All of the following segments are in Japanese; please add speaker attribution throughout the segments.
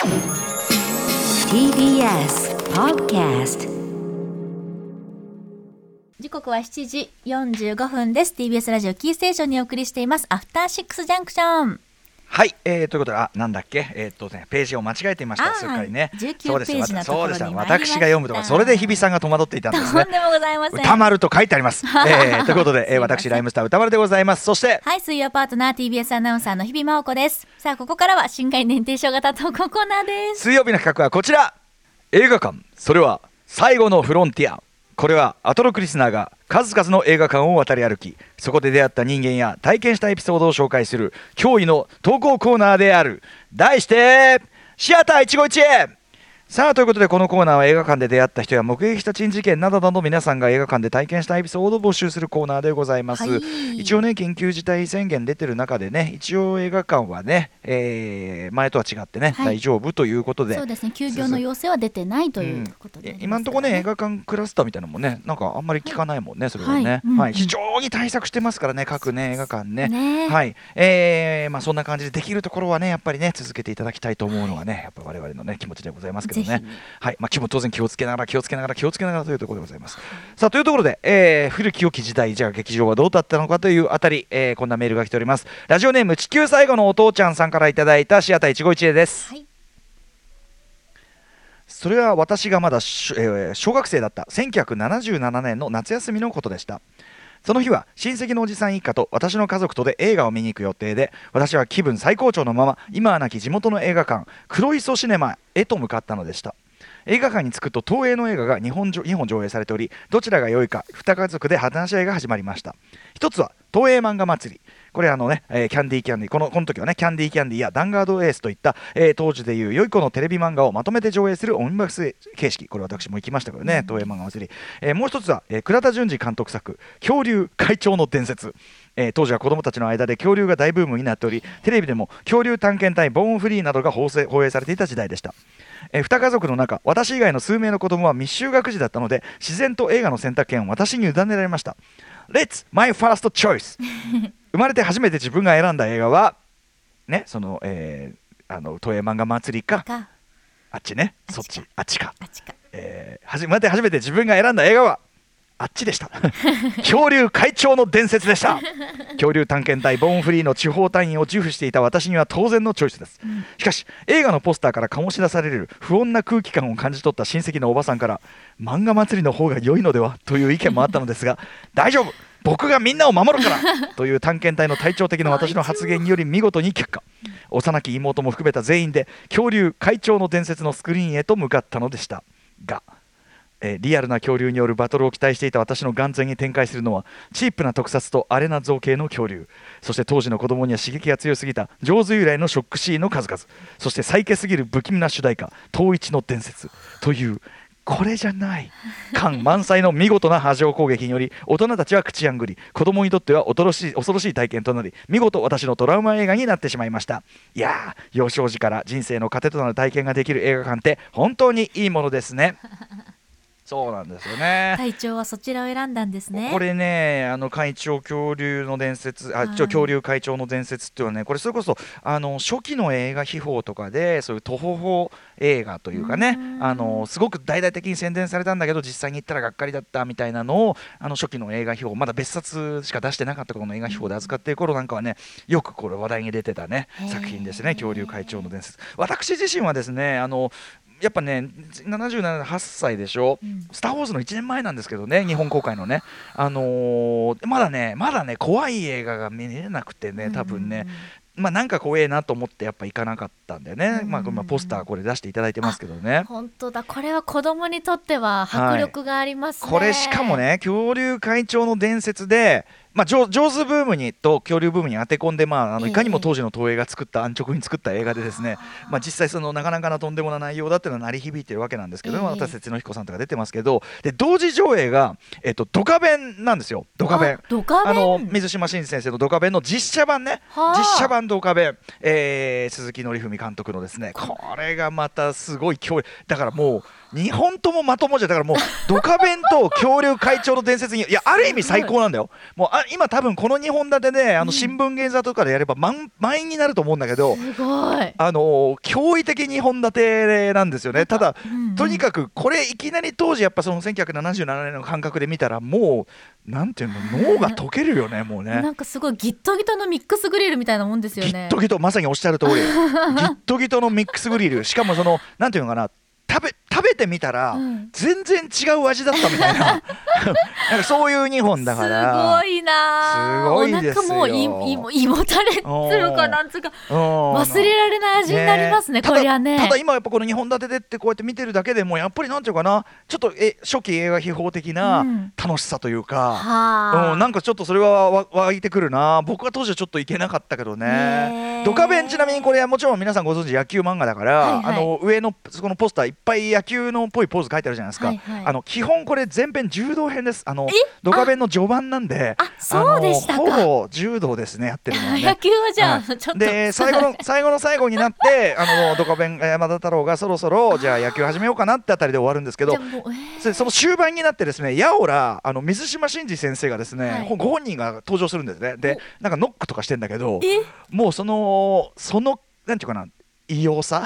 Speaker 1: TBS Podcast。
Speaker 2: 時刻は7時45分です。 TBS ラジオキーステーションにお送りしていますアフターシックスジャンクション。
Speaker 3: はい、ということで、なんだっけ、ページを間違えていました。すっかりね。
Speaker 2: 19ページのところに参りました。
Speaker 3: 私が読むとか、それで日比さんが戸惑っていたんですね。
Speaker 2: とんでもございません。
Speaker 3: 歌丸と書いてあります。ということで、私ライムスター歌丸でございます。そして
Speaker 2: はい、水曜パートナー TBS アナウンサーの日比真央子です。さあ、ここからは新概念提唱型投稿コーナーです。
Speaker 3: 水曜日の企画はこちら。映画館、それは最後のフロンティア。これはアトロクリスナーが数々の映画館を渡り歩き、そこで出会った人間や体験したエピソードを紹介する驚異の投稿コーナーである。題してシアター一期一会。さあ、ということで、このコーナーは映画館で出会った人や目撃した珍事件などなど皆さんが映画館で体験したエピソードを募集するコーナーでございます。
Speaker 2: はい、
Speaker 3: 一応ね、緊急事態宣言出てる中でね、一応映画館はね、前とは違ってね、
Speaker 2: はい、
Speaker 3: 大丈夫ということで。
Speaker 2: そうですね、休業の要請は出てないということで、
Speaker 3: 今のところね、映画館クラスターみたいなのもね、なんかあんまり聞かないもんね、それはね、非常に対策してますからね、各ね映画館ね。はい、そんな感じでできるところはね、やっぱりね続けていただきたいと思うのがね、やっぱ我々のね気持ちでございますけどね。はい、当然気をつけながらというところでございます。さあ、というところで、古き良き時代、じゃあ劇場はどうだったのかというあたり、こんなメールが来ております。ラジオネーム地球最後のお父ちゃんさんからいただいたシアター一期一会です。はい、それは私がまだ小学生だった1977年の夏休みのことでした。その日は親戚のおじさん一家と私の家族とで映画を見に行く予定で、私は気分最高潮のまま今はなき地元の映画館黒磯シネマへと向かったのでした。映画館に着くと東映の映画が2本上映されており、どちらが良いか2家族で話し合いが始まりました。一つは東映漫画祭り。これキャンディーこの時はね、キャンディーやダンガードエースといった、当時でいう良い子のテレビ漫画をまとめて上映するオンニバス形式。これ私も行きましたけどね、東映漫画祭り。もう一つは、倉田純次監督作恐竜会長の伝説。当時は子どもたちの間で恐竜が大ブームになっており、テレビでも恐竜探検隊ボーンフリーなどが放映されていた時代でした。2家族の中、私以外の数名の子供は未就学児だったので、自然と映画の選択権を私に委ねられました。 Let's my first choice 生まれて初めて自分が選んだ映画はね、東映漫画祭りかあっちね、そっちあっちか、生まれて初めて自分が選んだ映画はあっちでした恐竜会長の伝説でした恐竜探検隊ボーンフリーの地方隊員を自負していた私には当然のチョイスです。しかし映画のポスターから醸し出される不穏な空気感を感じ取った親戚のおばさんから、漫画祭りの方が良いのではという意見もあったのですが大丈夫、僕がみんなを守るからという探検隊の隊長的な私の発言により見事に却下。幼き妹も含めた全員で恐竜会長の伝説のスクリーンへと向かったのでしたが、リアルな恐竜によるバトルを期待していた私の眼前に展開するのはチープな特撮とアレな造形の恐竜、そして当時の子供には刺激が強すぎた上手由来のショックシーンの数々、そしてサイケすぎる不気味な主題歌東一の伝説という、これじゃない感満載の見事な波状攻撃により大人たちは口やんぐり、子供にとっては恐ろしい体験となり、見事私のトラウマ映画になってしまいました。いやー、幼少時から人生の糧となる体験ができる映画館って本当にいいものですねそうなんですよね。
Speaker 2: 隊長はそちらを選んだんですね。
Speaker 3: これね、会長恐竜の伝説、恐竜会長の伝説っていうのはね、これそれこそ初期の映画秘宝とかでそういうトホホ映画というかね、すごく大々的に宣伝されたんだけど実際に行ったらがっかりだったみたいなのを初期の映画秘宝、まだ別冊しか出してなかった頃の映画秘宝で扱っている頃なんかはね、よくこれ話題に出てたね作品ですね、恐竜会長の伝説。私自身はですね、やっぱね78歳でしょ、スター・ウォーズの1年前なんですけどね、日本公開のね、まだね怖い映画が見れなくてね、多分ね、なんか怖えなと思ってやっぱ行かなかったんだよね。ポスターこれ出していただいてますけどね。
Speaker 2: 本当だ、これは子供にとっては迫力がありますね。
Speaker 3: これしかもね、恐竜会長の伝説でジョーズブームにと恐竜ブームに当て込んで、いかにも当時の東映が作った安直に作った映画でですね、実際なかなかなとんでもない内容だっていうのは鳴り響いてるわけなんですけど、私哲野彦さんとか出てますけど、で同時上映が、ドカベンなんですよ。ドカベン、水島新司先生のドカベンの実写版ね、実写版ドカベン、鈴木紀文監督のですね、これがまたすごいだからもう2本ともまともじゃ、だからもうドカベンと恐竜会長の伝説に、いやある意味最高なんだよ。もう今多分この2本立てで新聞芸座とかでやれば満員になると思うんだけど、
Speaker 2: すごい
Speaker 3: 驚異的2本立てなんですよね。ただ、とにかくこれいきなり当時やっぱその1977年の感覚で見たらもうなんていうの、脳が溶けるよねもうね。
Speaker 2: なんかすごいギットギトのミックスグリルみたいなもんですよね。
Speaker 3: ギットギト、まさにおっしゃる通りギットギトのミックスグリル、しかもそのなんていうのかな、食べてみたら全然違う味だったみたいななんかそういう2本だから
Speaker 2: すごいな。
Speaker 3: すごいですよ。
Speaker 2: お腹もう胃もたれっつうかなんつうか忘れられない味になりますね、これはね。
Speaker 3: ただ今やっぱこの2本立てでってこうやって見てるだけでもやっぱりなんていうかな、ちょっと初期映画秘宝的な楽しさというか、なんかちょっとそれは湧いてくるな。僕は当時はちょっといけなかったけどね。ドカベン、ちなみにこれはもちろん皆さんご存知野球漫画だから、上のそのポスターいっぱい野球のっぽいポーズ書いてあるじゃないですか。基本これ全編柔道編です。ドカベンの序盤なんで、
Speaker 2: そうでしたか。
Speaker 3: ほぼ柔道ですね、やってるのはね。
Speaker 2: 野球はじゃあ、ちょっと
Speaker 3: で最後の最後になってドカベン山田太郎がそろそろじゃあ野球始めようかなってあたりで終わるんですけど、その終盤になってですね、やおら水島新司先生がですね、ご本人が登場するんですね。でなんかノックとかしてんだけど、もうそのなんていうかな、異様さ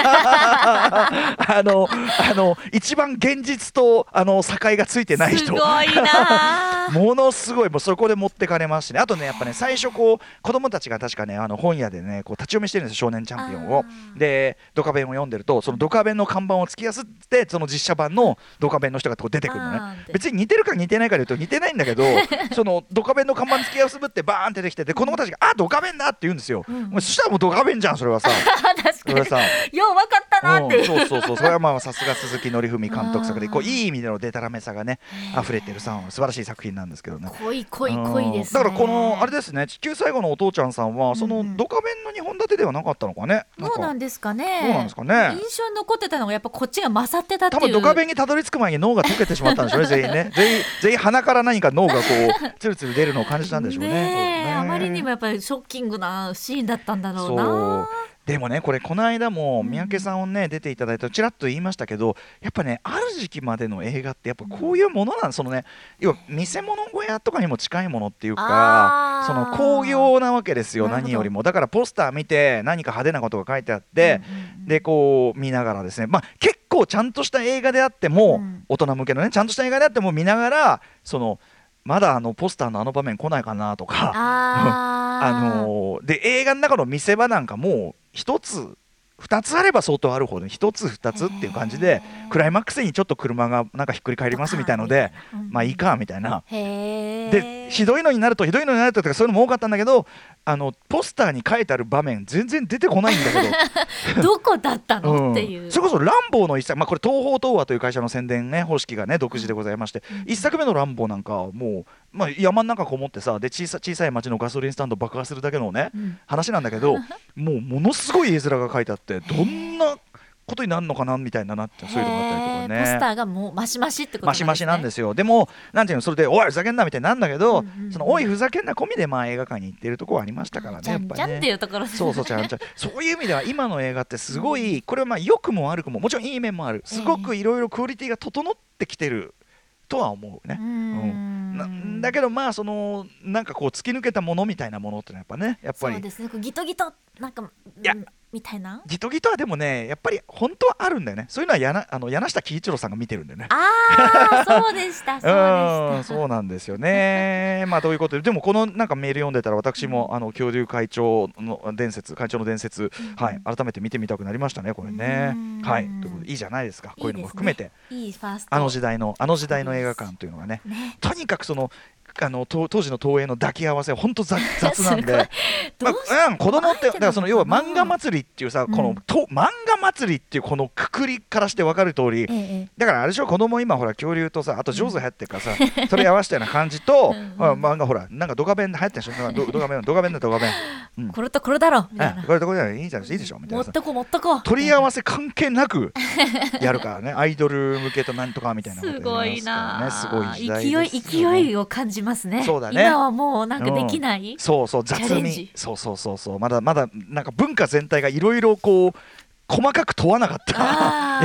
Speaker 3: 一番現実と境がついてない人、
Speaker 2: すごいな
Speaker 3: ものすごい、もうそこで持ってかれますしね。あとねやっぱね、最初こう子供たちが確かね本屋でねこう立ち読みしてるんですよ、少年チャンピオンを。でドカベンを読んでると、そのドカベンの看板を突きやすってその実写版のドカベンの人がこう出てくるのね。別に似てるか似てないかでいうと似てないんだけどそのドカベンの看板突きやすぶってバーンって出てきて、で子供たちがドカベンだって言うんですよ。そしたらもうドカベンじゃんそれはさ
Speaker 2: 確かによう分かったなっていう、
Speaker 3: そうそれはまあさすが鈴木紀文監督作で、こういい意味でのデタラメさがね溢れてる素晴らしい作品なんですけどね。
Speaker 2: 濃いですね。
Speaker 3: だからこのあれですね、地球最後のお父ちゃんさんはそのドカベンの2本立てではなかったのかね。
Speaker 2: どうなんですかね。
Speaker 3: 印
Speaker 2: 象に残ってたのがやっぱこっちが勝ってたっていう。
Speaker 3: 多分ドカベンにたどり着く前に脳が溶けてしまったんでしょうね全員ね。全員鼻から何か脳がこうツルツル出るのを感じたんでしょうね。
Speaker 2: あまりにもやっぱりショッキングなシーンだったんだろうな。
Speaker 3: でもねこの間も三宅さんをね出ていただいたちらっと言いましたけど、やっぱねある時期までの映画ってやっぱこういうものなんです。そのね要は見せ物小屋とかにも近いものっていうか、その興行なわけですよ何よりも。だからポスター見て何か派手なことが書いてあって、でこう見ながらですね、結構ちゃんとした映画であっても、大人向けのねちゃんとした映画であっても見ながら、そのまだポスターの場面来ないかなとかで映画の中の見せ場なんかもう1つ2つあれば相当ある方で1つ2つっていう感じで、クライマックスにちょっと車がなんかひっくり返りますみたいので、まあいいかみたいな。でひどいのになるととかそういうのも多かったんだけど、ポスターに書いてある場面全然出てこないんだけど
Speaker 2: どこだったのっていう。
Speaker 3: それこそランボーの一作、これ東宝東和という会社の宣伝ね方式がね独自でございまして、一作目のランボーなんかもう、山の中こもってさ、で小さい町のガソリンスタンド爆破するだけのね、話なんだけどもうものすごい絵面が書いてあって、どんなことになるのかなみたいなってそういうのがあったりとかね。
Speaker 2: ポスターがもうマシマシってことなんですね。
Speaker 3: マシマシなんですよ。でもなんていうの、それでおいふざけんなみたいになるんだけど、そのおいふざけんな込みで映画館に行ってるところはありましたからね。
Speaker 2: ちゃんちゃんっていうところ
Speaker 3: そうちゃんちゃんそういう意味では今の映画ってすごい、これは良くも悪くももちろんいい面もある、すごくいろいろクオリティが整ってきてるとは思うね。だけどそのなんかこう突き抜けたものみたいなものってやっぱり
Speaker 2: そうですね、ギトギトなんかみたいな
Speaker 3: ギトギトはでもねやっぱり本当はあるんだよね。そういうのは柳下喜一郎さんが見てるんだよね。
Speaker 2: そうでした
Speaker 3: そうなんですよね。ということで、でもこのなんかメール読んでたら私も恐竜会長の伝説、改めて見てみたくなりましたねこれね。はいということでいいじゃないですか、こういうのも含めてあの時代の映画館というのがね、とにかくその当時の東映の抱き合わせは本当雑なんで子供ってだからその要は漫画祭りっていうさ、この漫画祭りっていうこのくくりからして分かる通り、だからあれでしょ、子供今ほら恐竜とさ、あとジョーズ流行ってるからさ、それ合わせたような感じと漫画ほらなんかドカベン流行ってるでしょ、ドカベンだ
Speaker 2: これとこれだろみたいな、
Speaker 3: これとこれだろいいでしょみたいな、
Speaker 2: 持ってこ
Speaker 3: 取り合わせ関係なくやるからねアイドル向けとなんとかみたいなこと
Speaker 2: すごいな、
Speaker 3: すごい時代ですよね。
Speaker 2: 勢いを感じますね。
Speaker 3: そうだね、
Speaker 2: 今はもうなんかできない、
Speaker 3: そう雑味、そうまだなんか文化全体がいろいろこう細かく問わなかった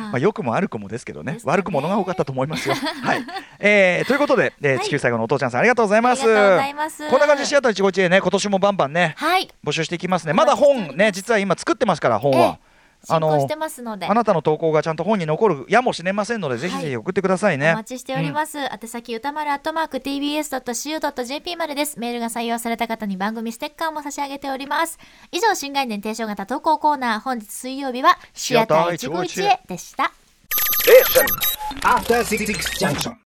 Speaker 3: まあ、良くも悪くもですけどね、
Speaker 2: ですね
Speaker 3: 悪くものが多かったと思いますよ。はい、ということで、地球最後のお父ちゃんさんありがとうございます。
Speaker 2: ありがとうございます。
Speaker 3: こんな感じでシアター一期一会ね、今年もバンバンね、
Speaker 2: はい
Speaker 3: 募集していきますね。まだ本ね、実は今作ってますから、本は。
Speaker 2: 進行してますので、
Speaker 3: あなたの投稿がちゃんと本に残るやもしれませんので、ぜひぜひ送ってくださいね。
Speaker 2: お待ちしております。宛先歌丸@tbs.co.jp までです。メールが採用された方に番組ステッカーも差し上げております。以上、新概念提唱型投稿コーナー、本日水曜日はシアター一期一会でした。
Speaker 4: After 66 junction.